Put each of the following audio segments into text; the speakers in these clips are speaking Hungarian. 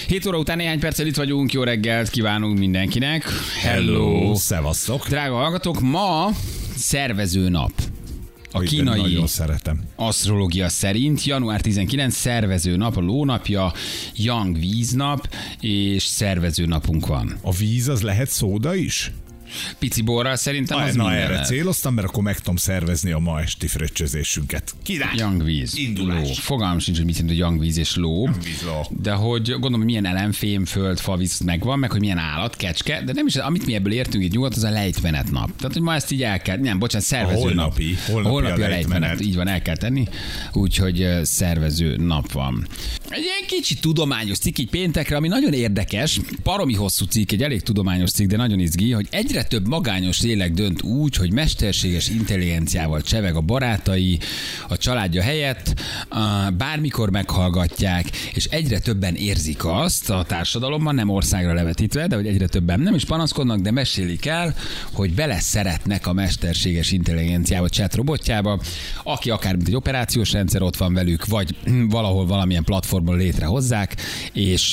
7 óra után néhány perccel itt vagyunk, jó reggelt kívánunk mindenkinek. Hello! Szevasztok! Drága hallgatók, ma szervezőnap. A kínai asztrológia szerint január 19 szervezőnap, a lónapja, Yang víznap, és szervezőnapunk van. A víz az lehet szóda is? Pici borral szerintem az Na minden erre lehet. céloztam, mert akkor meg tudom szervezni a ma esti fröccsözésünket. Király! Young víz. Indulás. Ló. Fogalmam sincs, hogy mit jelent, hogy young víz és ló. Víz, ló. De hogy gondolom, hogy milyen elem, fém, föld, favíz megvan, meg hogy milyen állat, kecske, de nem is, amit mi ebből értünk itt nyugat, az a lejtmenetnap. Tehát, hogy ma ezt így el kell, nem, bocsánat, szervezőnap. Holnapi a lejtmenet. Így van, el kell tenni. Úgyhogy szervező nap van. Egy ilyen kicsi tudományos cikk így péntekre, ami nagyon érdekes, baromi hosszú cikk, egy elég tudományos cikk, de nagyon izgi, hogy egyre több magányos lélek dönt úgy, hogy mesterséges intelligenciával cseveg a barátai, a családja helyett, bármikor meghallgatják, és egyre többen érzik azt a társadalomban, nem országra levetítve, de hogy egyre többen nem is panaszkodnak, de mesélik el, hogy beleszeretnek a mesterséges intelligenciába, chat robotjába, aki akár mint egy operációs rendszer ott van velük, vagy valahol valamilyen platformon létrehozzák, és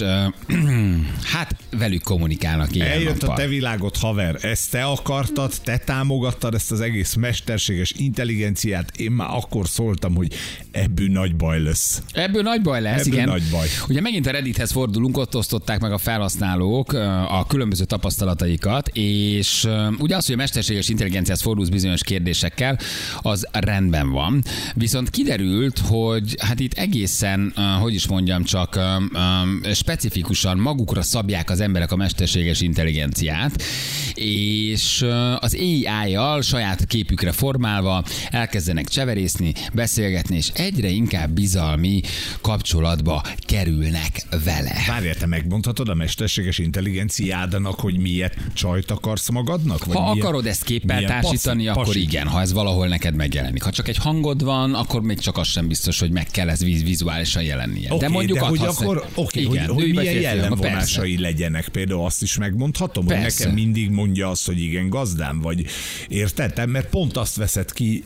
hát velük kommunikálnak ilyen Eljött nappal. a te világod, haver. Ezt te akartad, te támogattad ezt az egész mesterséges intelligenciát. Én már akkor szóltam, hogy ebből nagy baj lesz. Ebből nagy baj lesz, Ebből igen. nagy baj. Ugye megint a Reddithez fordulunk, ott osztották meg a felhasználók a különböző tapasztalataikat, és ugye az, hogy a mesterséges intelligenciához fordulsz bizonyos kérdésekkel, az rendben van. Viszont kiderült, hogy hát itt egészen, hogy is mondjam, csak specifikusan magukra szabják az emberek a mesterséges intelligenciát, és az AI-jal saját képükre formálva elkezdenek cseverészni, beszélgetni, és egyre inkább bizalmi kapcsolatba kerülnek vele. Várjál, te megmondhatod a mesterséges intelligenciádnak, hogy milyen csajt akarsz magadnak? Vagy Ha milyen, akarod ezt képpel milyen társítani, akkor pasi? igen, ha ez valahol neked megjelenik. Ha csak egy hangod van, akkor még csak az sem biztos, hogy meg kell ez vizuálisan jelennie. Okay, de mondjuk de hogy adhatsz akkor, igen, hogy női vagy milyen férfi, jellemvonásai legyenek. Például azt is megmondhatom, hogy Persze. nekem mindig mondja azt, hogy igen, gazdám vagy. Érted? Mert pont azt veszed ki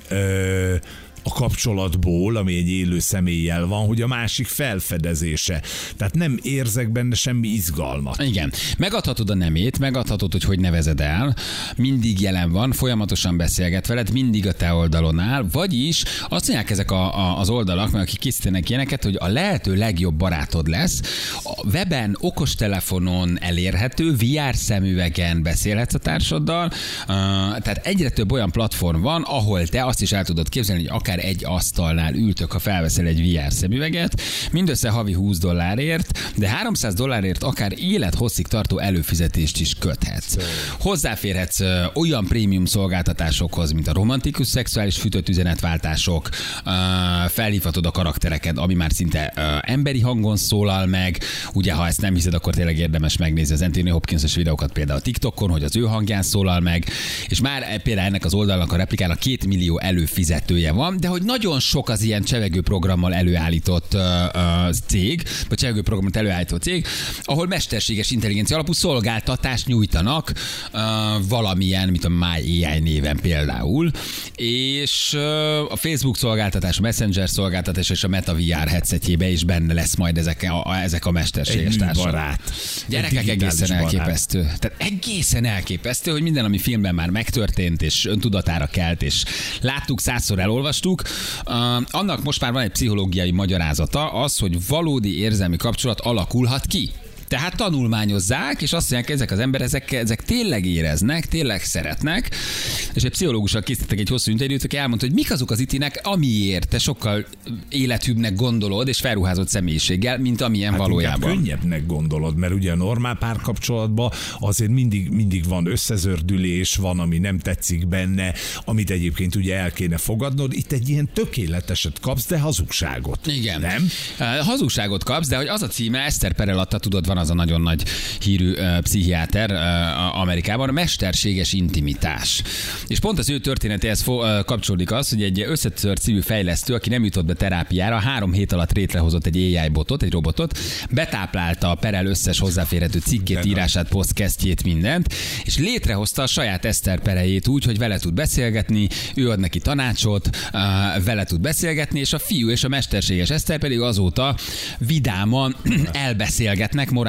a kapcsolatból, ami egy élő személlyel van, hogy a másik felfedezése. Tehát nem érzek benne semmi izgalmat. Igen. Megadhatod a nemét, megadhatod, hogy nevezed el, mindig jelen van, folyamatosan beszélget veled, mindig a te oldalon áll, vagyis azt mondják ezek az oldalak, mert akik készítenek ilyeneket, hogy a lehető legjobb barátod lesz, a weben, okostelefonon elérhető, VR szemüvegen beszélhetsz a társaddal, tehát egyre több olyan platform van, ahol te azt is el tudod képzelni, hogy akár egy asztalnál ültök, ha felveszel egy VR szemüveget, mindössze havi $20, de $300 akár élethosszig tartó előfizetést is köthetsz. Hozzáférhetsz olyan prémium szolgáltatásokhoz, mint a romantikus szexuális fűtött üzenetváltások, felhívhatod a karaktereket, ami már szinte emberi hangon szólal meg, ugye ha ezt nem hiszed, akkor tényleg érdemes megnézni az Anthony Hopkins-es videókat például a TikTokon, hogy az ő hangján szólal meg, és már például ennek az oldalnak a replikának 2 millió előfizetője van, de hogy nagyon sok az ilyen csevegő programmal előállított cég, vagy csevegő programot előállító cég, ahol mesterséges intelligencia alapú szolgáltatást nyújtanak valamilyen, mint a My AI néven például, és a Facebook szolgáltatás, a Messenger szolgáltatás és a Meta VR headsetjébe is benne lesz majd ezek a mesterséges társak. Gyerekek, egészen elképesztő. Tehát egészen elképesztő, hogy minden, ami filmben már megtörtént, és öntudatára kelt, és láttuk, 100-szor elolvastuk, annak most már van egy pszichológiai magyarázata, az, hogy valódi érzelmi kapcsolat alakulhat ki. Tehát tanulmányozzák, és azt mondják, ezek az emberek, ezek tényleg éreznek, tényleg szeretnek, és egy pszichológussal készítettek egy hosszú interjút, aki elmondta, hogy mik azok az itinek, amiért te sokkal élethűbbnek gondolod, és felruházott személyiséggel, mint amilyen valójában. Könnyebbnek gondolod, mert ugye a normál párkapcsolatban azért mindig van összezördülés, van, ami nem tetszik benne, amit egyébként ugye el kéne fogadnod. Itt egy ilyen tökéleteset kapsz, de hazugságot. Igen. Nem? Hazugságot kapsz, de hogy az a címe, Eszter Perel tudod, van az a nagyon nagy hírű pszichiáter Amerikában, a mesterséges intimitás. És pont az ő történetéhez kapcsolódik az, hogy egy összetört szívű fejlesztő, aki nem jutott be terápiára, 3 hét alatt létrehozott egy AI botot, egy robotot, betáplálta a Perel összes hozzáférhető cikkét, írását, podcastjét, mindent, és létrehozta a saját Eszter Perejét úgy, hogy vele tud beszélgetni, ő ad neki tanácsot, vele tud beszélgetni, és a fiú és a mesterséges Eszter pedig azóta vidáman elbeszélgetnek morális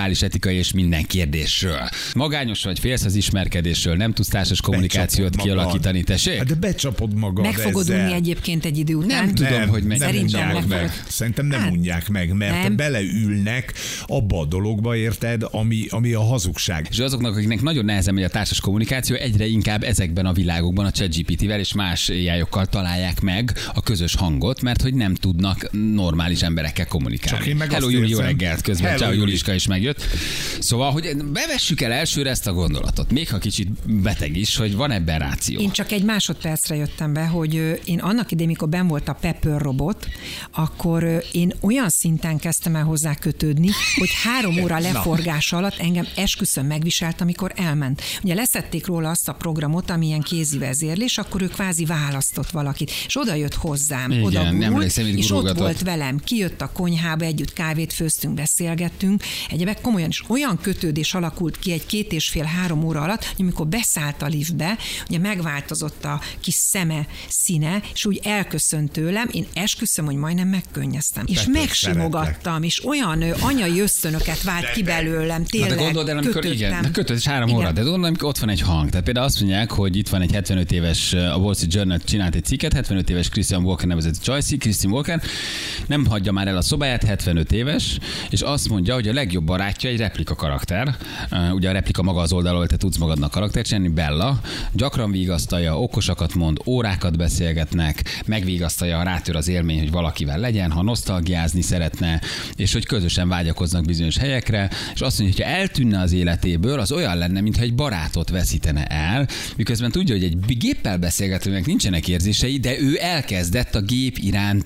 morális, etikai és minden kérdésről. Magányos vagy, félsz az ismerkedésről, nem tudsz társas kommunikációt kialakítani, tessék? Hát de becsapod magad meg fogod ezzel. unni egyébként egy idő után. Nem tudom, hogy meg. Szerintem unják meg. Szerintem nem unják meg, mert nem. beleülnek abba a dologba, érted, ami a hazugság. És azoknak, akiknek nagyon nehezen megy a társas kommunikáció, egyre inkább ezekben a világokban a ChatGPT-vel és más AI-okkal találják meg a közös hangot, mert hogy nem tudnak normális emberekkel kommunikálni. Csak én meg Hello azt Júli, jó érzem. reggelt közben. Hello, Ciao, Júli. Juliska is megjött. Szóval, hogy bevessük el elsőre ezt a gondolatot, még ha kicsit beteg is, hogy van ebben ráció. Én csak egy másodpercre jöttem be, hogy én annak idején, mikor benn volt a Pepper robot, akkor én olyan szinten kezdtem el hozzá kötődni, hogy 3 óra leforgása alatt engem esküszöm megviselt, amikor elment. Ugye leszették róla azt a programot, ami ilyen kézi vezérlés, akkor ő kvázi választott valakit, és oda jött hozzám, Igen, oda nem gurult, emlékszem, itt és ott gurulgatott. volt velem, kijött a konyhába, együtt kávét főztünk, beszélgettünk, egyebek komolyan is olyan kötődés alakult ki egy 2,5-3 óra alatt, hogy amikor beszállt a liftbe, ugye megváltozott a kis szeme színe, és úgy elköszönt tőlem, én esküszöm, hogy majdnem megkönnyeztem. És Petős, megsimogattam, és olyan anyai ösztönöket vált ki belőlem, tényleg Hát de gondold el, amikor kötöttem. kötött és 3 Igen. óra, de gondold, amikor ott van egy hang. Tehát például azt mondják, hogy itt van egy 75 éves, a Wall Street Journal csinált egy cikket, 75 éves Christian Walker nevezett Joyce, Christian Walker, nem hagyja már el a szobáját, 75 éves, és azt mondja, hogy a legjobb barátja egy replika karakter. Ugye a replika maga az oldalról, te tudsz magadnak karaktert csinálni, Bella. Gyakran vigasztalja, okosakat mond, órákat beszélgetnek, megvigasztalja, ha rátör az élmény, hogy valakivel legyen, ha nosztalgiázni szeretne, és hogy közösen vágyakoznak bizonyos helyekre, és azt mondja, hogy ha eltűnne az életéből, az olyan lenne, mintha egy barátot veszítene el, miközben tudja, hogy egy géppel beszélgetőnek nincsenek érzései, de ő elkezdett a gép iránt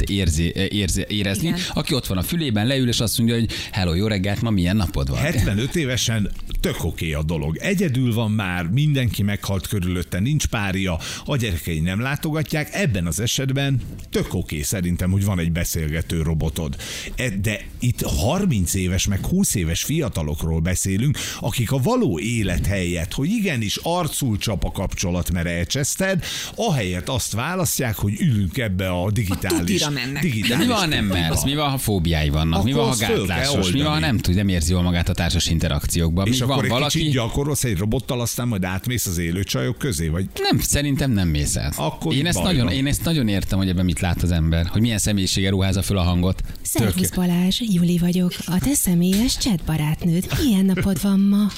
érezni, Igen. aki ott van a fülében, leül, és azt mondja, hogy hello, jó reggelt, ma milyen napod van? 75 évesen tök oké a dolog. Egyedül van már, mindenki meghalt körülötte, nincs párja, a gyerekei nem látogatják, ebben az esetben tök oké szerintem, hogy van egy beszélgető robotod. De itt 30 éves, meg 20 éves fiatalokról beszélünk, akik a való élet helyett, hogy igenis arcul csap a kapcsolat, mert elcseszted, ahelyett azt választják, hogy ülünk ebbe a digitális... tutira mennek. De mi van, ha nem mersz? Mi van, ha fóbiái vannak? Mi Akkor van, ha azt föl kell gátlásos? Mi van, ha oldani. nem tud, nem érzi jól magát a társas interakciókban? És Mi akkor van egy valaki... kicsit gyakorolsz egy robottal, aztán majd átmész az élő csajok közé, vagy Nem, szerintem nem mész át. Akkor Én ezt, baj nagyon, van. én ezt nagyon értem, hogy ebben mit lát az ember, hogy milyen személyisége ruházza föl a hangot. Szervusz Balázs, Juli vagyok, a te személyes chat barátnőd. Milyen napod van ma?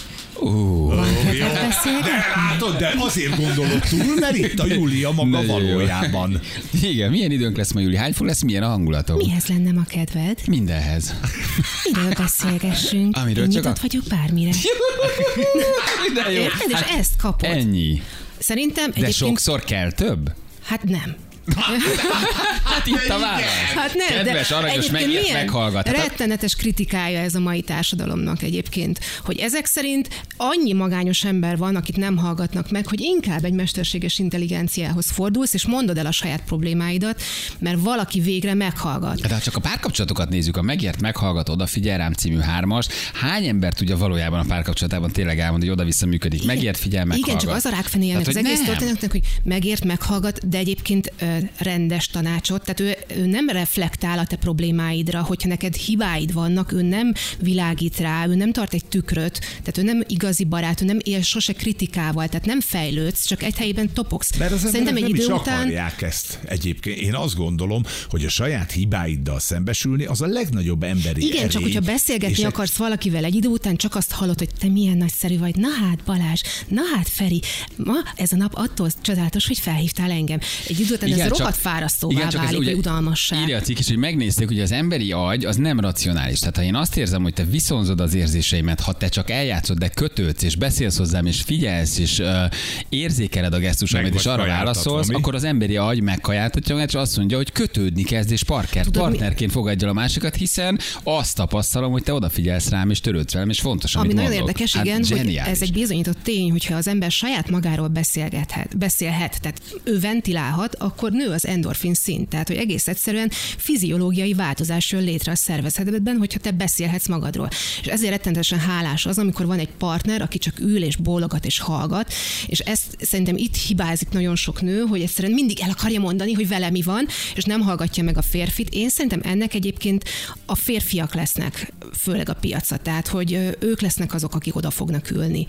Van kedved beszélgetni? de azért gondolod túl, mert itt a Júlia maga Nagyon jó. valójában. Igen, milyen időnk lesz ma, Júli? Hány fog lesz, milyen a hangulatom? Mihez lenne ma kedved? Mindenhez. Miről beszélgessünk? Amiről Én csak nyitott a- vagyok bármire. De jó. Érted? És ezt kapod. Ennyi. Szerintem De egyébként... sokszor kell több? Hát nem. Hát itt a válasz. Hát nem, Kedves, de aranyos, egyébként megért, milyen meghallgat. Hát rettenetes kritikája ez a mai társadalomnak egyébként, hogy ezek szerint annyi magányos ember van, akit nem hallgatnak meg, hogy inkább egy mesterséges intelligenciához fordulsz, és mondod el a saját problémáidat, mert valaki végre meghallgat. De ha csak a párkapcsolatokat nézzük, a megért, meghallgat, odafigyel rám című 3-as, hány ember tudja valójában a párkapcsolatában tényleg elmondani, hogy oda-vissza működik? Megért, figyel, meghallgat. Igen, csak az a rákfenéje ennek az Tehát, hogy egész nem. történetnek, hogy megért, meghallgat, de egyébként rendes tanácsot, tehát ő nem reflektál a te problémáidra, hogyha neked hibáid vannak, ő nem világít rá, ő nem tart egy tükröt, tehát ő nem igazi barát, ő nem él sose kritikával, tehát nem fejlődsz, csak egy helyben topogsz. Mert az Szerintem emberek egy nem idő is után akarják ezt egyébként. Én azt gondolom, hogy a saját hibáiddal szembesülni az a legnagyobb emberi igen, erény. csak hogyha beszélgetni És akarsz valakivel egy idő után, csak azt hallod, hogy te milyen nagyszerű vagy. Na hát Balázs, na hát Feri, ma ez a nap attól csodálatos, hogy felhívtál engem. Egy idő után ez rohadt fárasztóvá válik, vagy udalmassá. Írja a cikk is, hogy megnézték, hogy az emberi agy az nem racionális. Tehát ha én azt érzem, hogy te viszonzod az érzéseimet, ha te csak eljátszod, de kötődsz, és beszélsz hozzám, és figyelsz, és érzékeled a gesztusaimat, Meg és vagy arra kajáltatva, válaszolsz, mi? akkor az emberi agy megkajáltatja magát, és azt mondja, hogy kötődni kezd, és partnerként fogadja el a másikat, hiszen azt tapasztalom, hogy te odafigyelsz rám, és törődsz velem, és fontos, Ami amit nagyon mondok. érdekes, Hát igen, hogy zseniális. ez egy bizonyított tény, hogyha az ember saját magáról beszélhet, tehát ő ventilálhat, akkor nő az endorfin szint. Tehát, hogy egész egyszerűen fiziológiai változás jön létre a szervezetedben, hogyha te beszélhetsz magadról. És ezért rettenetesen hálás az, amikor van egy partner, aki csak ül és bólogat és hallgat, és ezt szerintem itt hibázik nagyon sok nő, hogy egyszerűen mindig el akarja mondani, hogy vele mi van, és nem hallgatja meg a férfit. Én szerintem ennek egyébként a férfiak lesznek, főleg a piaca, tehát hogy ők lesznek azok, akik oda fognak ülni.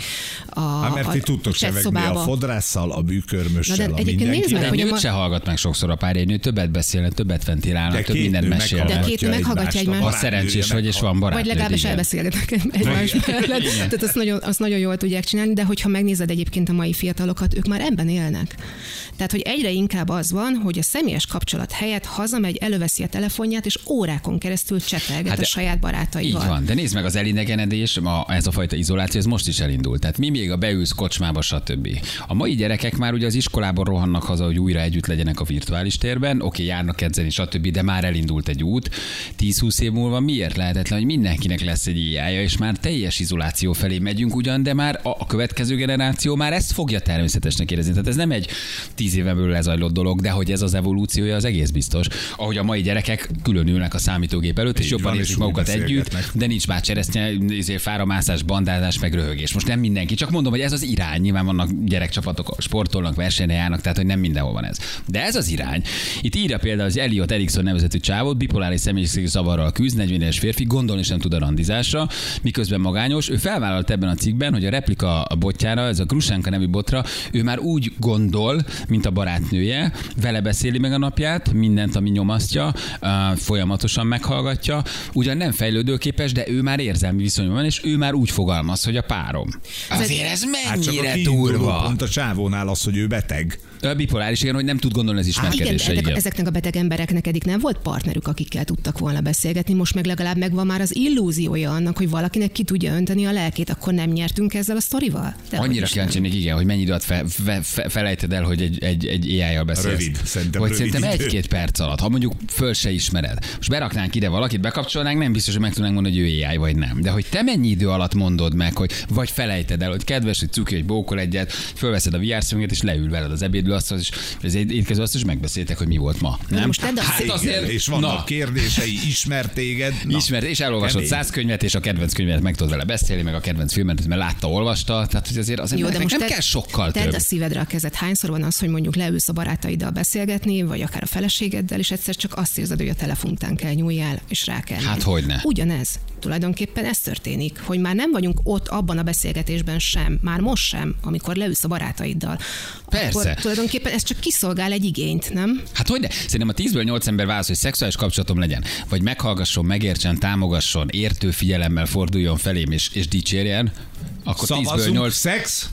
Mert ti tudtok sevegni a fodrásszal, a bűkörmössel, a mindenkivel. De őt se hallgat meg sokszor a párja, nő többet beszélne, többet ventilálnak, több mindent mesélnek. De két nő meghallgatja egymást. Ha szerencsés vagy, és van barátnőd. Vagy legalábbis elbeszélgetnek egymás mellett. Tehát azt nagyon jól tudják csinálni, de hogyha megnézed egyébként a mai fiatalokat, ők már ebben élnek. Tehát, hogy egyre inkább az van, hogy a személyes kapcsolat helyett hazamegy, előveszi a telefonját, és órákon keresztül csetelget a saját barátaival. Így van, de nézd meg, az elidegenedés, ez a fajta izoláció, ez most is elindult. Tehát mi még a beülsz kocsmába, stb. A mai gyerekek már ugye az iskolában rohannak haza, hogy újra együtt legyenek a virtuális térben, oké, járnak edzeni, stb., de már elindult egy út. 10-20 év múlva miért lehetetlen, hogy mindenkinek lesz egy éjjája, és már teljes izoláció felé megyünk ugyan, de már a következő generáció már ezt fogja természetesnek érezni. Tehát ez nem egy 10 éven belül lezajlott dolog, de hogy ez az evolúciója, az egész biztos. Ahogy a mai gyerekek külön ülnek a számítógép előtt, és jobban érzik magukat együtt, de nincs már cseresznye, fáramászás, bandázás, meg röhögés. Most nem mindenki, csak mondom, hogy ez az irány. Nyilván vannak gyerekcsapatok, sportolnak, versenyre járnak, tehát hogy nem mindenhol van ez. De ez az irány. Itt írja például az Elliot Erickson nevezetű csávót, bipoláris személyiségzavarral küzd, 40 éves férfi, gondolni sem tud a randizásra, miközben magányos. Ő felvállalt ebben a cikkben, hogy a replika botjára, ez a Grushenka nevű botra, ő már úgy gondol, mint a barátnője, vele beszéli meg a napját, mindent, ami nyomasztja, folyamatosan meghallgatja, ugyan nem fejlődőképes, de ő már érzelmi viszonyban van, és ő már úgy fogalmaz, hogy a párom. Azért ez mennyire durva. Pont a csávónál az, hogy ő beteg. Bipoláris, igen, hogy nem tud gondolni az ismerkedésre. Igen, ezeknek a beteg embereknek eddig nem volt partnerük, akikkel tudtak volna beszélgetni, most meg legalább megvan már az illúziója annak, hogy valakinek ki tudja önteni a lelkét, akkor nem nyertünk ezzel a sztorival? Annyira kíváncsiak, igen, hogy mennyi időt felejted el, hogy egy AI-jal beszélsz. Rövid, szerintem vagy rövid szerintem idő. 1-2 perc alatt, ha mondjuk föl se ismered. Most beraknánk ide valakit, bekapcsolnánk, nem biztos, hogy meg tudnánk mondani, hogy ő AI vagy nem. De hogy te mennyi idő alatt mondod meg, hogy vagy felejted el, hogy kedves, hogy cuki, hogy bókol egyet, fölveszed a VR szemüveget, és leül veled az ebédlőasztalhoz, és az étkező azt is megbeszéltek, hogy mi volt ma. Nem? Most azért, és vannak kérdései, ismert téged. Ismert, és elolvasod 100 könyvet, és a kedvenc könyvet meg tudod vele beszélni, meg a kedvenc filmet, mert látta, olvasta. Tehát, hogy azért az embernek nem kell sokkal több. Tedd a szívedre a kezed. Hányszor van az, hogy mondjuk leülsz a barátaiddal beszélgetni, vagy akár a feleségeddel, és egyszer csak azt érzed, hogy a telefon után kell nyúljál, és rá kell. Hát hogyne. Ugyanez. Tulajdonképpen ez történik, hogy már nem vagyunk ott abban a beszélgetésben sem, már most sem, amikor leülsz a barátaiddal. Persze. Akkor tulajdonképpen ez csak kiszolgál egy igényt, nem? Hát hogyne? Szerintem a 10-ből 8 ember válasz, hogy szexuális kapcsolatom legyen, vagy meghallgasson, megértsen, támogasson, értő figyelemmel forduljon felém és dicsérjen, akkor 10-ből 8 szex?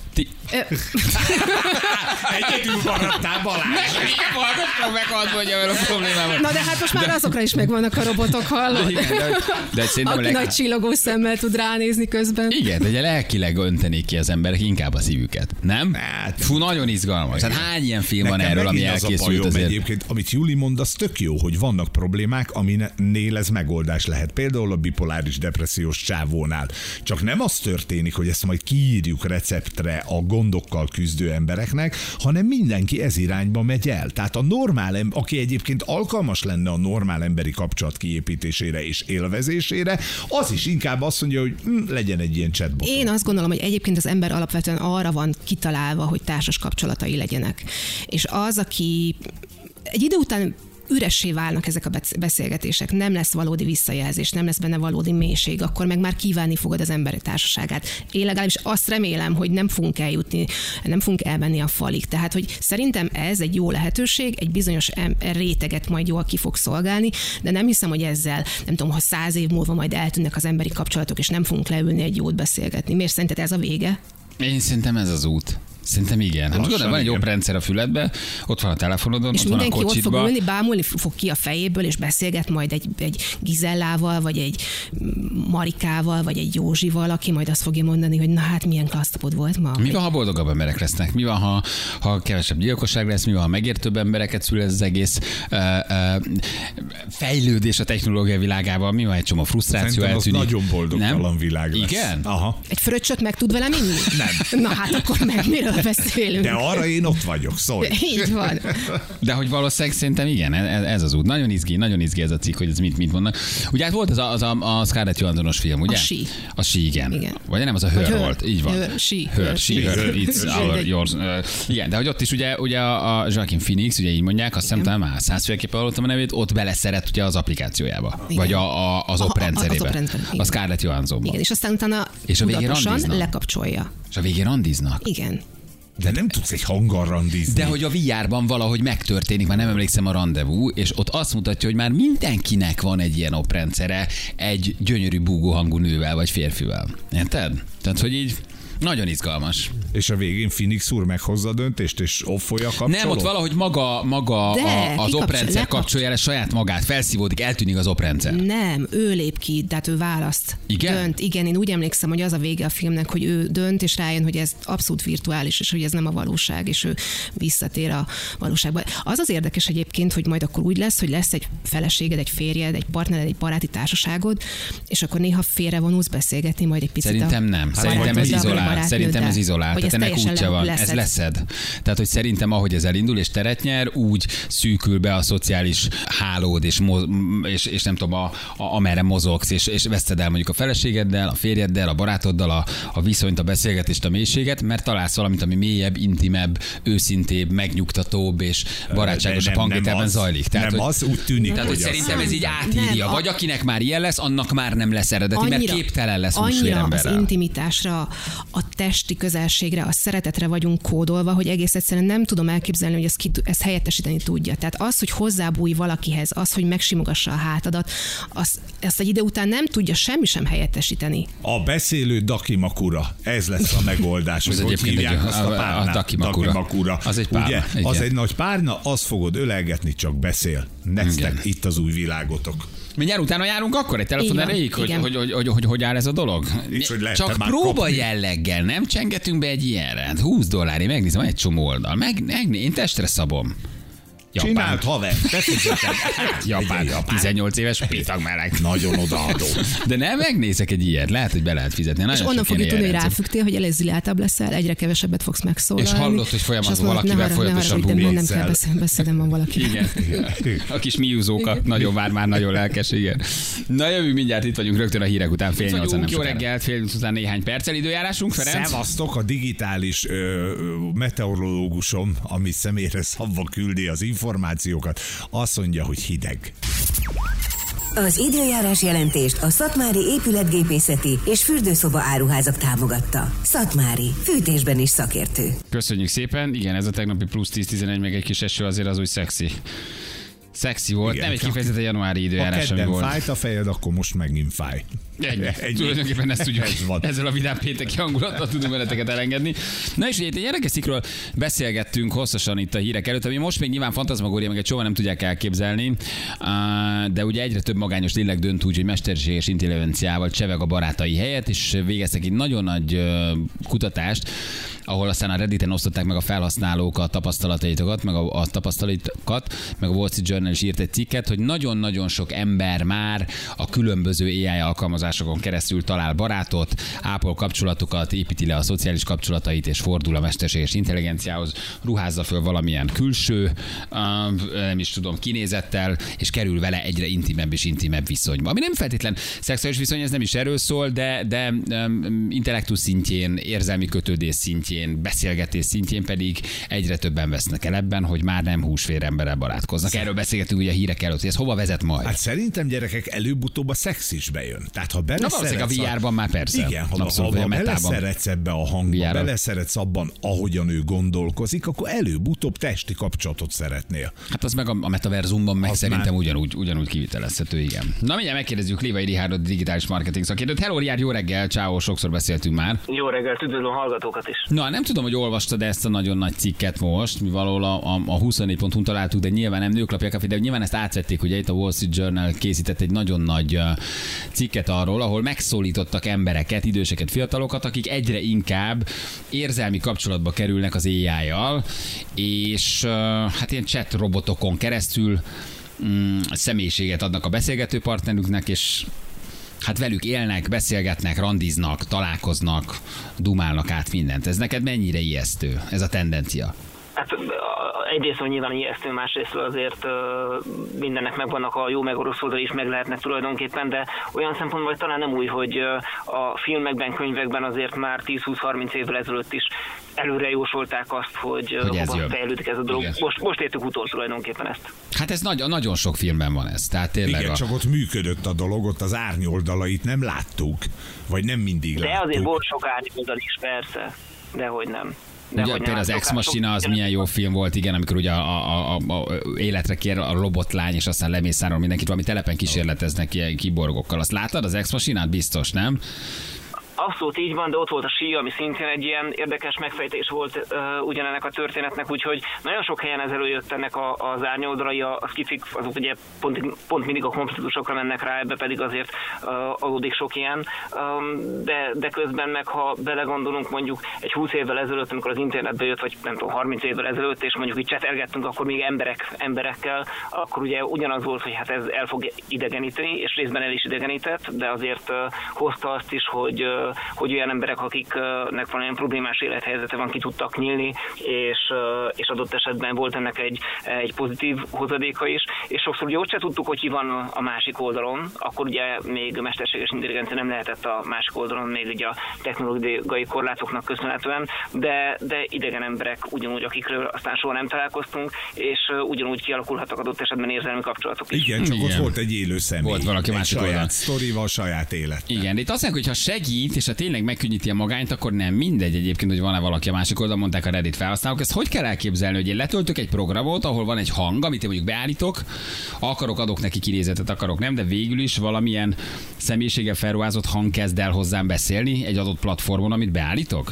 Egyedül maradtál, Balázs. Hallgattam meg, hadd mondjam el a problémámat. Na de hát most már azokra is megvannak a robotok, hallod? De aki nagy csillogó szemmel tud ránézni közben. Igen, de ugye lelkileg öntenék ki az emberek inkább a szívüket, nem? Hát, fú, nagyon izgalmas. Hát hány ilyen film van erről, ami elkészült azért? Egyébként, amit Juli mond, az tök jó, hogy vannak problémák, aminél ez megoldás lehet. Például a bipoláris depressziós csávónál. Csak nem az történik, hogy ezt majd kiírjuk receptre a gondokkal küzdő embereknek, hanem mindenki ez irányba megy el. Tehát a normál, aki egyébként alkalmas lenne a normál emberi kapcsolat kiépítésére és élvezésére, az is inkább azt mondja, hogy legyen egy ilyen chatbot. Én azt gondolom, hogy egyébként az ember alapvetően arra van kitalálva, hogy társas kapcsolatai legyenek. És az, aki egy idő után üressé válnak ezek a beszélgetések, nem lesz valódi visszajelzés, nem lesz benne valódi mélység, akkor meg már kívánni fogod az emberi társaságát. Én legalábbis azt remélem, hogy nem fogunk eljutni, nem fogunk elmenni a falig. Tehát, hogy szerintem ez egy jó lehetőség, egy bizonyos réteget majd jól ki fog szolgálni, de nem hiszem, hogy ezzel, nem tudom, ha 100 év múlva majd eltűnnek az emberi kapcsolatok, és nem fogunk leülni egy jót beszélgetni. Miért szerinted ez a vége? Én szerintem ez az út. Szerintem igen. Hát gondolom, van egy jobb rendszer a füledbe, ott van a telefonodon, és ott van a mindenki kocsitba. ott fog ülni, bámulni fog ki a fejéből, és beszélget majd egy Gizellával, vagy egy Marikával, vagy egy Józsival, aki majd azt fogja mondani, hogy na hát milyen klassztapod volt ma. Mi van, ha boldogabb emberek lesznek? Mi van, ha kevesebb gyilkosság lesz? Mi van, ha megértőbb embereket szül ez az egész fejlődés a technológia világában? Mi van, egy csomó frusztráció eltűnik? Nagyon boldogtalan világ lesz. Igen? Aha. Egy fröccsöt meg tud velem inni? Nem. Na hát akkor meg miről beszélünk. De arra én ott vagyok, szólj. Így van. De hogy valószínűleg szerintem igen, ez az út. Nagyon izgi ez a cikk, hogy ez mit mondnak. Ugye hát volt az a Scarlett Johanssonos film, ugye? A Sí, igen. Vagy nem, az a Her volt, így van. Her, it's our, yours. Igen, de hogy ott is ugye a Joaquin Phoenix, ugye így mondják, azt hiszem talán már 100-féleképpen hallottam a nevét, ott beleszeret ugye az applikációjába. Igen. Vagy az OP rendszerébe. A Scarlett Johanssonba. Igen, és aztán utána tudatosan lekapcsolja. És a végén randiznak? Igen. De nem tudsz egy hanggal randizni. De hogy a VR-ban valahogy megtörténik, már nem emlékszem a rendezvú, és ott azt mutatja, hogy már mindenkinek van egy ilyen oprendszere egy gyönyörű búgó hangú nővel vagy férfivel. Érted? Tehát, hogy így nagyon izgalmas. És a végén Phoenix úr meghozza a döntést, és off-olja a kapcsoló? Nem, ott valahogy maga az oprendszer kapcsolja le saját magát, felszívódik, eltűnik az oprendszer. Nem, ő lép ki, tehát ő választ. Igen? Dönt. Igen, én úgy emlékszem, hogy az a vége a filmnek, hogy ő dönt, és rájön, hogy ez abszolút virtuális, és hogy ez nem a valóság, és ő visszatér a valóságba. Az az érdekes egyébként, hogy majd akkor úgy lesz, hogy lesz egy feleséged, egy férjed, egy partnered, egy baráti társaságod, és akkor néha félrevonulsz beszélgetni, majd egy picit. Szerintem nem. Szerintem ez izolált. Szerintem ez izolált. Tehát ennek útja van. Ez leszed. Tehát, hogy szerintem ahogy ez elindul és teret nyer, úgy szűkül be a szociális hálód, és nem tudom, amerre mozogsz, és veszted el mondjuk a feleségeddel, a férjeddel, a barátoddal a viszonyt, a beszélgetést, a mélységet, mert találsz valamit, ami mélyebb, intimebb, őszintébb, megnyugtatóbb és barátságosabb hangvételben zajlik. Tehát, nem, az úgy tűnik, tehát, hogy szerintem ez így átírja. Vagy akinek már ilyen lesz, annak már nem lesz eredeti, mert képtelen lesz húsvéremberrel. Az intimitásra, a testi közelségre, a szeretetre vagyunk kódolva, hogy egész egyszerűen nem tudom elképzelni, hogy ezt helyettesíteni tudja. Tehát az, hogy hozzábújj valakihez, az, hogy megsimogassa a hátadat, ezt egy idő után nem tudja semmi sem helyettesíteni. A beszélő Dakimakura. Ez lesz a megoldás. Ez hogy hívják azt a párnát? Dakimakura. Az egy párna. Ugye? Az egy nagy párna, azt fogod ölelgetni, csak beszél. Nektek itt az új világotok. Mindjárt utána járunk akkor egy telefon erejéig, hogy áll ez a dolog? Csak próba jelleggel, nem csengetünk be egy ilyenre. $20, én megnézem, egy csomó oldal. Én testre szabom. Japán. Csinált, haver, Japán, 18 éves pétagmeleg. Nagyon odaadó. De nem megnézek egy ilyet, lehet, hogy be lehet fizetni. És onnan fogjuk tudni, hogy ráfügtél, hogy eleziláltabb leszel, egyre kevesebbet fogsz megszólalni. És hallott, hogy folyamatban valakivel folyamatosan búgószel. Nem kell beszélnem van valaki. Igen. A kis miúzóka nagyon vár, már nagyon lelkes, igen. Na jövünk mindjárt, itt vagyunk rögtön a hírek után, 7:30. Jó reggelt, 7:30 után néhány perccel időjárásunk, Ferenc. Szevasztok, a digitális meteorológusom, ami személyre szabva küldi az információkat, azt mondja, hogy hideg. Az időjárás jelentést a Szatmári épületgépészeti és fürdőszoba áruházak támogatta. Szatmári, fűtésben is szakértő. Köszönjük szépen. Igen, ez a tegnapi plusz 10-11 meg egy kis eső azért az úgy szexi. Szexi volt, igen, nem egy kifejezetten januári időjárás, ami volt. Ha fájt a fejed, akkor most megint fáj. Ennyi. Tulajdonképpen ezt tudjuk, ezzel a vidám pénteki hangulattal tudunk veleteket elengedni. Na és ugye itt egy érdekes cikkről beszélgettünk hosszasan itt a hírek előtt, ami most még nyilván fantazmagória, meg egy soha nem tudják elképzelni, de ugye egyre több magányos lélek dönt úgy, hogy mesterséges intelligenciával cseveg a barátai helyett, és végeztek egy nagyon nagy kutatást, ahol aztán a Redditen osztották meg a felhasználók a tapasztalataitokat, meg a tapasztalatokat, meg a Wall Street Journal is írt egy cikket, hogy nagyon-nagyon sok ember már a különböző AI alkalmazásokon keresztül talál barátot, ápol kapcsolatokat, építi le a szociális kapcsolatait, és fordul a mesterséges intelligenciához, ruházza föl valamilyen külső, nem is tudom, kinézettel, és kerül vele egyre intimebb és intimebb viszonyba. Ami nem feltétlen szexuális viszony, ez nem is erről szól, de intellektus szintjén, érzelmi kötődés szintjén, beszélgetés szintjén pedig egyre többen vesznek el ebben, hogy már nem húsvéremberrel barátkoznak. Erről beszélgetünk ugye a hírek előtt, hogy ez hova vezet majd. Hát szerintem gyerekek előbb-utóbb a szex is bejön. Tehát ha beleszeretsz a VR-ban már persze. Igen, ha beleszeretsz ebbe a hangba, beleszeretsz abban, ahogyan ő gondolkozik, akkor előbb-utóbb testi kapcsolatot szeretnél. Hát az meg a metaverzumban meg az szerintem már ugyanúgy kivitelezhető, igen. Na mindjárt megkérdezzük Lévai Richárdot, digitális marketing szakértőt. Hello, Richárd, jó reggel, ciao, sokszor beszéltünk már. Jó reggel, üdvözlöm hallgatókat is. Na, nem tudom, hogy olvastad ezt a nagyon nagy cikket most, mi valahol a 24.hu találtuk, de nyilván nem Nőklapja Café, de nyilván ezt átvették, ugye itt a Wall Street Journal készített egy nagyon nagy cikket arról, ahol megszólítottak embereket, időseket, fiatalokat, akik egyre inkább érzelmi kapcsolatba kerülnek az AI-jal, és hát ilyen chat robotokon keresztül személyiséget adnak a beszélgető partnerüknek, és Hát velük élnek, beszélgetnek, randiznak, találkoznak, dumálnak át mindent. Ez neked mennyire ijesztő, ez a tendencia? Hát egyrészt nyilván ijesztő, másrészt azért mindennek megvannak a jó meg a rossz oldal is, meg lehetnek tulajdonképpen, de olyan szempontból hogy talán nem új, hogy a filmekben, könyvekben azért már 10-20-30 évvel ezelőtt is előre jósolták azt, hogy hova fejlődik ez a dolog. Most értük utol tulajdonképpen ezt. Hát ez nagyon sok filmben van ez. Tehát tényleg igen, csak ott működött a dolog, ott az árnyoldalait nem láttuk, vagy nem mindig láttuk. De azért volt sok árnyoldal is, persze, dehogy nem. Ugye például az Ex Machina az milyen jó film volt, igen, amikor ugye a életre kér a robotlány, és aztán lemészárol mindenkit, valami telepen kísérleteznek ilyen kiborgokkal. Azt láttad az Ex Machinát? Biztos, nem? Abszolút így van, de ott volt a sí, ami szintén egy ilyen érdekes megfejtés volt ugyanennek a történetnek, úgyhogy nagyon sok helyen ez előjött ennek az árnyoldalai, a skifik, azok ugye pont mindig a konfliktusokra mennek rá, ebbe pedig azért adódik sok ilyen, de közben meg, ha belegondolunk mondjuk egy 20 évvel ezelőtt, amikor az internetbe jött, vagy nem tudom, 30 évvel ezelőtt, és mondjuk így csetelgettünk, akkor még emberekkel, akkor ugye ugyanaz volt, hogy hát ez el fog idegeníteni, és részben el is idegenített, de azért hozta azt is, hogy olyan emberek, akiknek valamilyen problémás élethelyzete van, ki tudtak nyílni, és adott esetben volt ennek egy pozitív hozadéka is, és sokszor ugye ott se tudtuk, hogy ki van a másik oldalon, akkor ugye még mesterséges intelligencia nem lehetett a másik oldalon, még ugye a technológiai korlátoknak köszönhetően, de idegen emberek ugyanúgy, akikről aztán soha nem találkoztunk, és ugyanúgy kialakulhattak adott esetben érzelmi kapcsolatok is. Igen, csak ott volt egy élő személy. Volt valaki másik oldalon. Saját sztorival, saját élet. Igen, de itt azt mondják, hogy ha segít, és ha tényleg megkönnyíti a magányt, akkor nem mindegy egyébként, hogy van-e valaki a másik oldalon, mondták a Reddit felhasználók. Ezt hogy kell elképzelni, hogy én letöltök egy programot, ahol van egy hang, amit én mondjuk beállítok, adok neki kinézetet, akarok nem, de végül is valamilyen személyiséggel felruházott hang kezd el hozzám beszélni egy adott platformon, amit beállítok?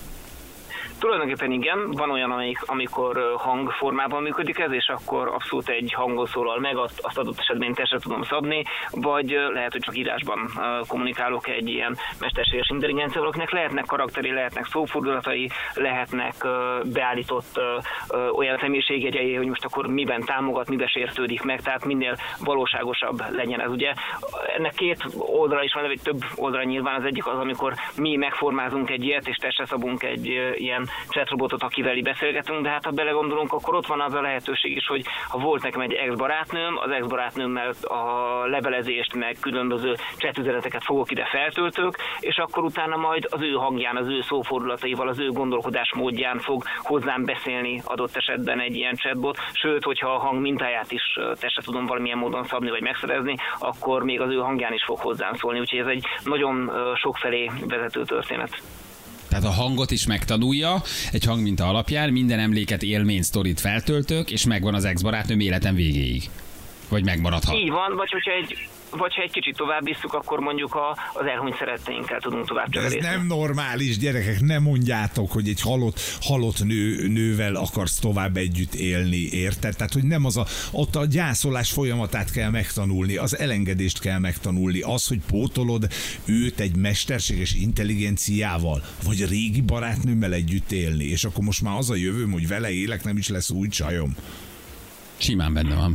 Tulajdonképpen igen, van olyan, amikor hangformában működik ez, és akkor abszolút egy hangon szólal meg, azt adott esetben testre tudom szabni, vagy lehet, hogy csak írásban kommunikálok egy ilyen mesterséges intelligenciával, akinek lehetnek karakteri, lehetnek szófordulatai, lehetnek beállított olyan személyiségjegyei, hogy most akkor miben támogat, miben sértődik meg, tehát minél valóságosabb legyen ez. Ugye ennek két oldala is van, vagy több oldala nyilván. Az egyik az, amikor mi megformázunk egy ilyet, és testre szabunk egy ilyen chatrobotot, akivel így beszélgetünk, de hát ha belegondolunk, akkor ott van az a lehetőség is, hogy ha volt nekem egy ex-barátnőm, az ex-barátnőmmel a levelezést, meg különböző chatüzeneteket fogok ide feltöltök, és akkor utána majd az ő hangján, az ő szófordulataival, az ő gondolkodásmódján fog hozzám beszélni adott esetben egy ilyen chatbot, sőt, hogyha a hang mintáját is testre tudom valamilyen módon szabni vagy megszerezni, akkor még az ő hangján is fog hozzám szólni, úgyhogy ez egy nagyon sokfelé vezető történet. Tehát a hangot is megtanulja, egy hangminta alapján, minden emléket, élmény, sztorit feltöltök, és megvan az ex-barátnőm életem végéig. Vagy megmaradhat. Így van, vagy ha egy kicsit tovább visszük, akkor mondjuk az elhunyt szeretteinkkel tudunk tovább cserélni. Ez nem normális, gyerekek, nem mondjátok, hogy egy halott nővel akarsz tovább együtt élni, érted? Tehát, hogy nem ott a gyászolás folyamatát kell megtanulni, az elengedést kell megtanulni, az, hogy pótolod őt egy mesterséges intelligenciával, vagy régi barátnőmmel együtt élni, és akkor most már az a jövőm, hogy vele élek, nem is lesz új csajom. Simán benne van.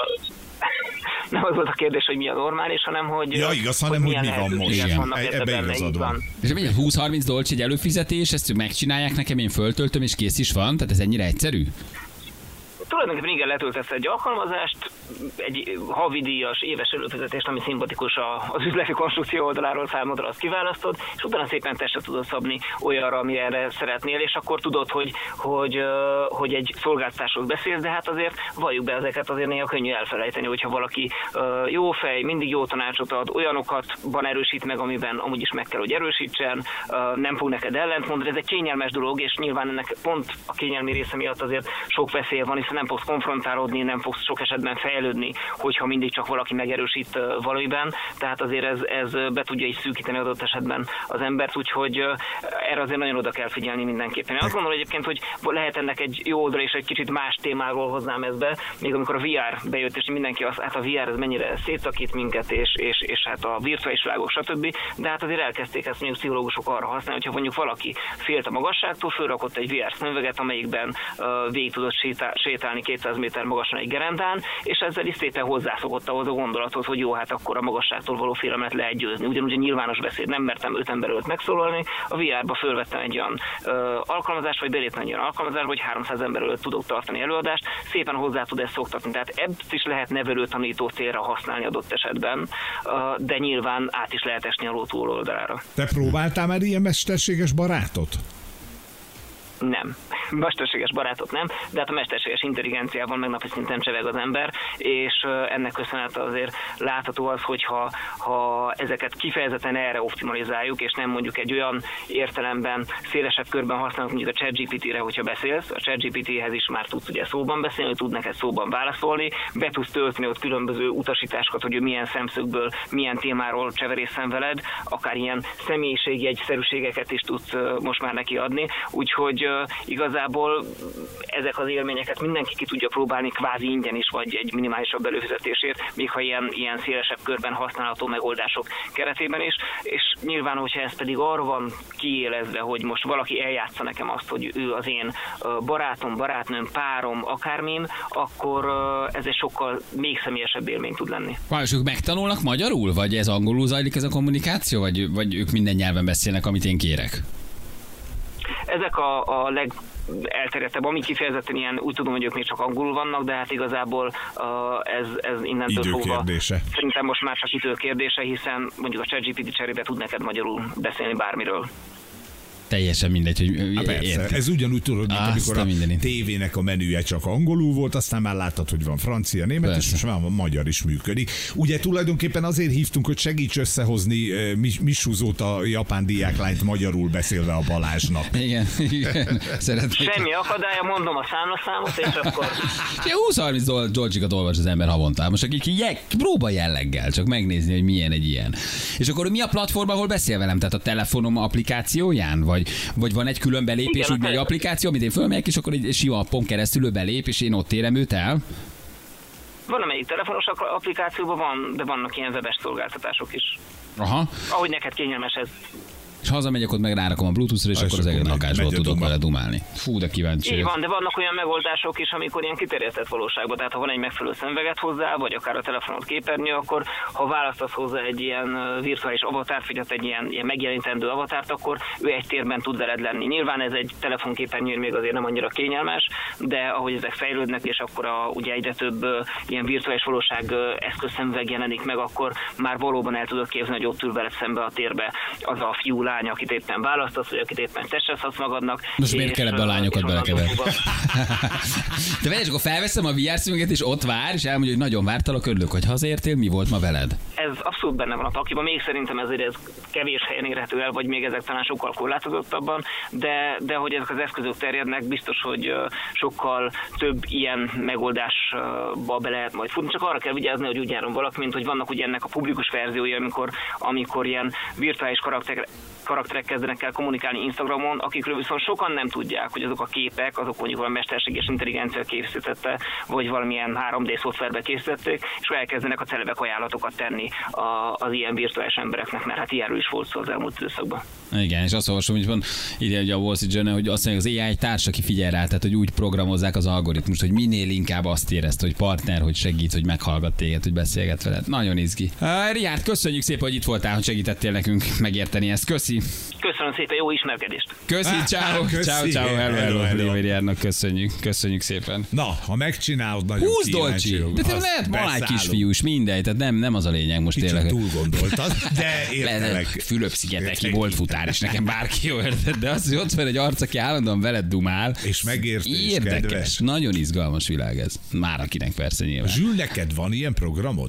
Nem az volt a kérdés, hogy mi a normális, hanem hogy... Ja, igaz, hanem hogy mi van most. Ebben igazad van. És mindjárt 20-30 dolcs egy előfizetés, ezt megcsinálják nekem, én föltöltöm, és kész is van? Tehát ez ennyire egyszerű? Tulajdonképpen igen, letöltesz egy alkalmazást, egy havidíjas éves előfizetést, ami szimpatikus az üzleti konstrukció oldaláról számodra, azt kiválasztod, és utána szépen testre tudod szabni olyanra, amire erre szeretnél, és akkor tudod, hogy egy szolgáltatáshoz beszélsz, de hát azért valljuk be, ezeket azért néha könnyű elfelejteni, hogyha valaki jó fej, mindig jó tanácsot ad, olyanokat van erősít meg, amiben amúgy is meg kell, hogy erősítsen, nem fog neked ellentmondani, ez egy kényelmes dolog, és nyilván ennek pont a kényelmi része miatt azért sok veszélye van, hiszen nem fogsz konfrontálódni, nem fogsz sok esetben fejlődni, hogyha mindig csak valaki megerősít valamiben, tehát azért ez be tudja is szűkíteni adott esetben az embert, úgyhogy erre azért nagyon oda kell figyelni mindenképpen. Én azt gondolom egyébként, hogy lehet ennek egy jó oldala, és egy kicsit más témáról hoznám ezt be, még amikor a VR bejött, és mindenki azt, hát a VR ez mennyire szétszakít minket, és hát a virtuális világok, stb. De hát azért elkezdték ezt mondjuk pszichológusok arra használni, hogyha mondjuk valaki félt a magasságtól, fölrakott egy VR szemüveget, amelyikben végig tudott sétálni 200 méter magasan egy gerendán, és ezzel is szépen hozzászokott ahhoz a gondolathoz, hogy jó, hát akkor a magasságtól való félelmet lehet győzni. Ugyanúgy a nyilvános beszéd, nem mertem 5 ember előtt megszólalni, a VR-ba fölvettem egy olyan alkalmazást, vagy beléptem egy olyan alkalmazásba, hogy 300 ember előtt tudok tartani előadást, szépen hozzá tud ezt szoktatni. Tehát ezt is lehet nevelő-tanító célra használni adott esetben, de nyilván át is lehet esni a ló túloldalára. Te próbáltál már ilyen mesterséges barátot? Nem. Mesterséges barátot nem, de hát a mesterséges intelligenciával meg napi szinten cseveg az ember, és ennek köszönhető azért látható az, hogy ha ezeket kifejezetten erre optimalizáljuk, és nem mondjuk egy olyan értelemben szélesebb körben használunk, mondjuk a ChatGPT-re, hogyha beszélsz, a ChatGPT-hez is már tudsz ugye szóban beszélni, tud neked szóban válaszolni, be tudsz tölteni ott különböző utasításokat, hogy milyen szemszögből, milyen témáról cseverészen veled, akár ilyen személyiségjegyszerűségeket is tudsz most már neki adni, úgyhogy igazából ezek az élményeket mindenki ki tudja próbálni kvázi ingyen is, vagy egy minimálisabb előfizetésért, még ha ilyen szélesebb körben használható megoldások keretében is, és nyilván, hogyha ez pedig arra van kiélezve, hogy most valaki eljátsza nekem azt, hogy ő az én barátom, barátnőm, párom, akármim, akkor ez egy sokkal még személyesebb élmény tud lenni. És ők megtanulnak magyarul, vagy ez angolul zajlik ez a kommunikáció, vagy ők minden nyelven beszélnek, amit én kérek? Ezek a elterjedtebb, ami kifejezetten ilyen, úgy tudom, hogy ők még csak angolul vannak, de hát igazából ez innentől fogva szerintem most már csak időkérdése, hiszen mondjuk a ChatGPT cserébe tud neked magyarul beszélni bármiről. Teljesen mindegy, hogy persze, ez ugyanúgy tudod, mint amikor a tévének a menüje csak angolul volt, aztán már láttad, hogy van francia, német, és most már a magyar is működik. Ugye tulajdonképpen azért hívtunk, hogy segíts összehozni Misuzót, a japán diáklányt magyarul beszélve a Balázsnak. Igen. Szeretnék. Semmi akadálya, mondom a számlaszámot, és akkor... 20-30 dolcsikat olvas az ember havonta. Most így próba jelleggel, csak megnézni, hogy milyen egy ilyen. És akkor mi a platform, ahol beszél velem? Tehát a telefonom applikációján, vagy van egy külön belépés, igen, úgy egy applikáció, amit én fölmegyek, és akkor egy sima appon keresztül belép, és én ott érem őt el? Van, amelyik telefonos applikációban van, de vannak ilyen webes szolgáltatások is. Aha. Ahogy neked kényelmes ez. És hazamegyek, ott meg rárakom a Bluetooth-ra, és akkor az egész lakásból tudok vele dumálni. Fú, de kíváncsi. Így van, de vannak olyan megoldások is, amikor ilyen kiterjesztett valóságban, tehát ha van egy megfelelő szemüveget hozzá, vagy akár a telefonod képernyő, akkor ha választasz hozzá egy ilyen virtuális avatárt, vagy egy ilyen megjelenítendő avatárt, akkor ő egy térben tud veled lenni. Nyilván ez egy telefonképernyőn még azért nem annyira kényelmes, de ahogy ezek fejlődnek, és akkor ugye egyre több ilyen virtuális valóság eszközszemüveg jelenik meg, akkor már valóban el tudod képzelni, hogy ott ül veled szembe a térbe az a fiú, lány, akit éppen választasz, vagy akit éppen teszed magadnak. Most miért kell ebbe a lányokat belekeverni? De vegyes, akkor felveszem a VR szemüveget, és ott vár, és elmondja, hogy nagyon vártalak, örülök, hogy hazaértél, mi volt ma veled? Ez abszolút benne van a pakliban, még szerintem ezért ez kevés helyen érhető el, vagy még ezek talán sokkal korlátozottabban, de hogy ezek az eszközök terjednek, biztos, hogy sokkal több ilyen megoldásba be lehet majd futni. Csak arra kell vigyázni, hogy úgy járjon valaki, mint hogy vannak ugye ennek a publikus verziója, amikor ilyen virtuális karakterek kezdenek el kommunikálni Instagramon, akikről viszont sokan nem tudják, hogy azok a képek, azok mondjuk valami mesterséges intelligencia készítette, vagy valamilyen 3D szoftverbe készítették, és elkezdenek a celebek ajánlatokat tenni az ilyen virtuális embereknek, mert hát ilyenről is volt szó az elmúlt időszakban. Igen, és azt olvasom, hogy van ide a Wall Street Journal, hogy azt mondja, az AI társ, aki figyel rá, tehát hogy úgy programozzák az algoritmust, hogy minél inkább azt érezt, hogy partner, hogy segít, hogy meghallgat téged, hogy beszélget veled. Nagyon izgi. Richard, köszönjük szépen, hogy itt voltál, hogy segítettél nekünk megérteni ezt. Köszi. Köszönöm szépen, jó ismerkedést. Köszi, ciao, hello, köszönjük szépen. Na, ha megcsinálod, nagyon 20 dolcsi. De te lehet malány kisfiú is, mindegy, tehát nem az a lényeg most tényleg. Túl gondoltad, de értelek. Fülöp-szigeteki volt futár, és nekem bárki jó érted, de az, hogy ott van egy arc, aki állandóan veled dumál. És megértő, és érdekes, kedves. nagyon izgalmas világ ez. Már akinek persze nyilván. Zsül, neked van ilyen programod?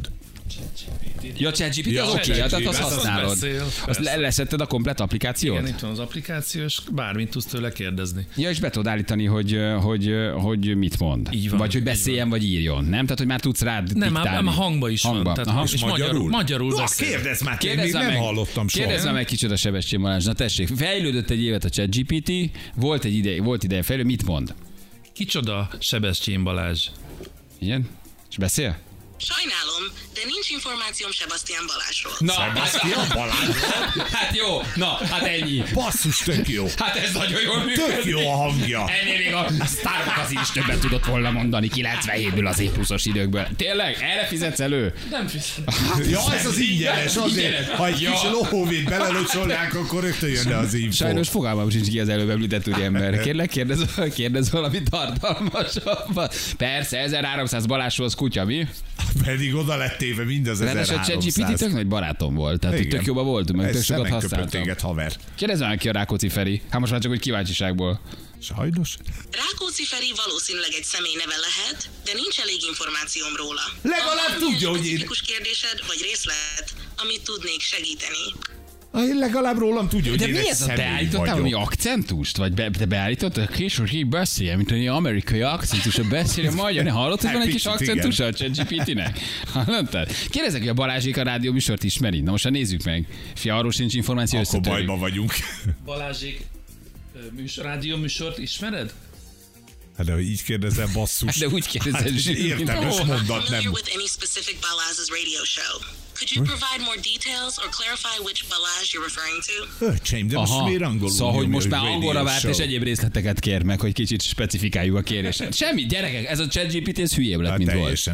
Ja, ChatGPT Ja, az oké, ChatGPT, tehát azt azt használod. beszél, Azt persze. leszetted a komplet applikációt? Igen, itt van az applikáció, és bármit tudsz tőle kérdezni. Ja, és be tudod állítani, hogy mit mond. Így van, Vagy hogy így beszéljen, vagy írjon. Nem? Tehát, hogy már tudsz rád Nem, diktálni. a hangba is Hangba. van. Tehát, Aha. és magyarul Na, beszél. kérdezz már, én még Kérdezzem nem meg, hallottam soha. kérdezzem meg kicsit a Sebestyén Balázs. Na tessék, fejlődött egy évet a ChatGPT, volt ideje fejlődő, mit mond? Kicsoda Sebestyén Balázs? Igen? És beszél? Sajnálom, de nincs információm Sebastian Balázsról. Na, Sebastian Balázs. hát jó, na, hát ennyi. Basszus, tök jó. Hát ez nagyon jól működik. Tök jó a hangja. Ennél még a Star Magazine is többet tudott volna mondani 97-ből az E+-os időkből. Tényleg? Erre fizetsz elő? Nem fiszem. Ja, ez az ingyenes, azért, Ingyenes. ha egy Ja. kis lóvét belelocsolnánk, akkor rögtön jönne az info. Sajnos fogalmam sincs ki az előbb említett úriember. Kérlek, kérdezz valami tartalmasabbat. Persze, 1300 Balázshoz kutya, mi? Pedig oda lett téve mindaz Ráadásul a 1300. ChatGPT tök nagy barátom volt. Tehát hogy Igen. tök jóba voltunk, meg Ez tök sokat szemen köpött használtam. téged, haver. Kérdezz meg ki a Rákóczi Feri. Hát most már csak úgy kíváncsiságból. Sajnos. Rákóczi Feri valószínűleg egy személyneve lehet, de nincs elég információm róla. Legalább Van tudja, valamilyen hogy én- specifikus kérdésed vagy részlet, amit tudnék segíteni. Én legalább rólam tudja, hogy De én mi egy ez a személy beállítottál vagyok. valami akcentust? Vagy te beállítottad? És most így beszélj, mint hogy amerikai akcentusra beszélj a magyar. Ne hallottad, hogy van egy kis Picit, akcentusa a ChatGPT-nek? Hallottad? Kérdezek, hogy a Balázsék a rádió műsort ismeri. Na most nézzük meg. Fia, arról sincs információ, Akkor összetörjük. bajban vagyunk. Balázsék rádió műsort ismered? Hát de hogy így kérdezel, basszus. De úgy kérdezed, Hát, hogy- értelmes mondat Familiar nem. with any specific Balaz's radio show? Could you provide more details or clarify which Balaz you're referring to? Öcsém, de most miért angolul Szóval, hogy nyomja, most már radio angolra várt, show? és egyéb részleteket kér meg, hogy kicsit specifikáljuk a kérést. Semmi, gyerekek, ez a ChatGPT, ez hülyébb lett, Hát mint volt. teljesen.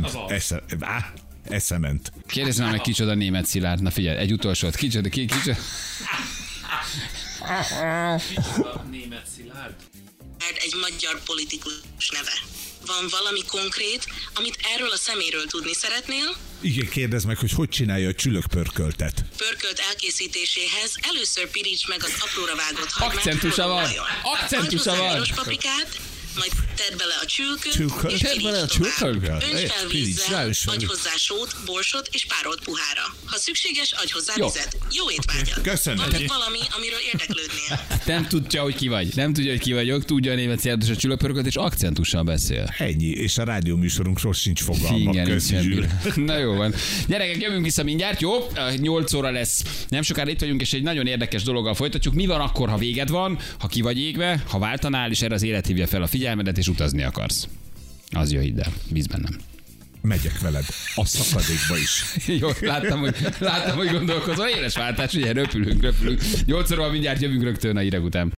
Eszement. Kérdezz már meg kicsoda Németh Szilárd. Na figyelj, egy utolsót. Kicsoda. Németh Szilárd? Egy magyar politikus neve. Van valami konkrét, amit erről a szeméről tudni szeretnél? Igen, kérdezd meg, hogy csinálja a csülökpörköltet. Pörkölt elkészítéséhez először piríts meg az apróra vágott hagymát. Akcentusa van. forró olajon. Akcentusa Adj hozzá van. piros paprikát, majd tedd bele a Csülkölt? csülköt, és Tedd bele a piríts tovább. csülköt? Önts fel Piríts rá, vízzel, önts fel. adj hozzá sót, borsot és párolt puhára. Ha szükséges, adj hozzá Jó. vizet. Jó étvágyat. Köszönöm. Van még valami, amiről érdeklődnél? Nem tudja, hogy ki vagy. Nem tudja, hogy ki vagyok. Tudja a Németh Szilárd, a csülökpörkölt, és akcentussal beszél. Ennyi, és a rádióműsorunkról sincs fogalma. Igen, Köszi, nincsen. Zsül. Na jó van. Gyerekek, jövünk vissza mindjárt, jó? 8 óra lesz. Nem sokára itt vagyunk, és egy nagyon érdekes dologgal folytatjuk. Mi van akkor, ha véged van, ha ki vagy égve, ha váltanál, és erre az élet hívja fel a figyelmedet, és utazni akarsz. Az jó, hidd el. Bízz bennem. Megyek veled. A szakadékba is. Jó, láttam, hogy gondolkozol. Éles váltás, ugye röpülünk. 8 óra mindjárt jövünk rögtön a hírek után.